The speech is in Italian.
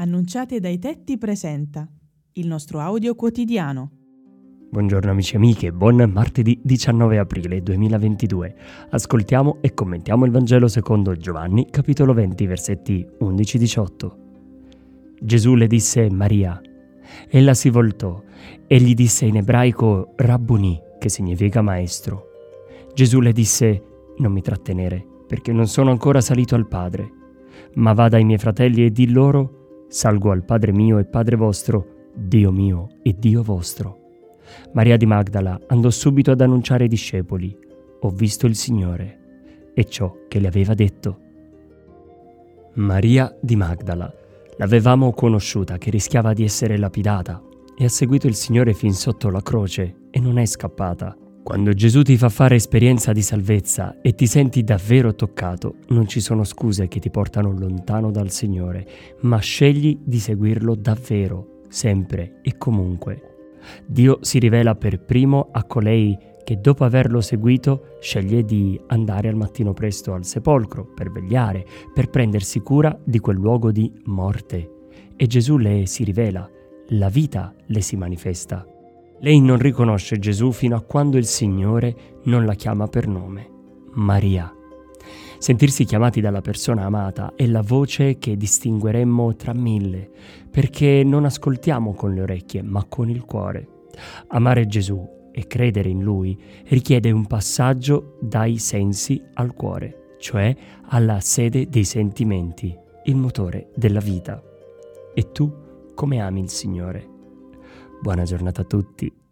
Annunciate dai tetti presenta il nostro audio quotidiano. Buongiorno amici e amiche, buon martedì 19 aprile 2022. Ascoltiamo e commentiamo il Vangelo secondo Giovanni, capitolo 20, versetti 11-18. Gesù le disse Maria. Ella si voltò e gli disse in ebraico Rabbuni, che significa maestro. Gesù le disse: non mi trattenere, perché non sono ancora salito al Padre, ma va dai miei fratelli e di loro: salgo al Padre mio e Padre vostro, Dio mio e Dio vostro. Maria di Magdala andò subito ad annunciare ai discepoli: ho visto il Signore, e ciò che le aveva detto. Maria di Magdala l'avevamo conosciuta che rischiava di essere lapidata e ha seguito il Signore fin sotto la croce e non è scappata. Quando Gesù ti fa fare esperienza di salvezza e ti senti davvero toccato, non ci sono scuse che ti portano lontano dal Signore, ma scegli di seguirlo davvero, sempre e comunque. Dio si rivela per primo a colei che dopo averlo seguito sceglie di andare al mattino presto al sepolcro per vegliare, per prendersi cura di quel luogo di morte. E Gesù le si rivela, la vita le si manifesta. Lei non riconosce Gesù fino a quando il Signore non la chiama per nome, Maria. Sentirsi chiamati dalla persona amata è la voce che distingueremmo tra mille, perché non ascoltiamo con le orecchie, ma con il cuore. Amare Gesù e credere in Lui richiede un passaggio dai sensi al cuore, cioè alla sede dei sentimenti, il motore della vita. E tu come ami il Signore? Buona giornata a tutti.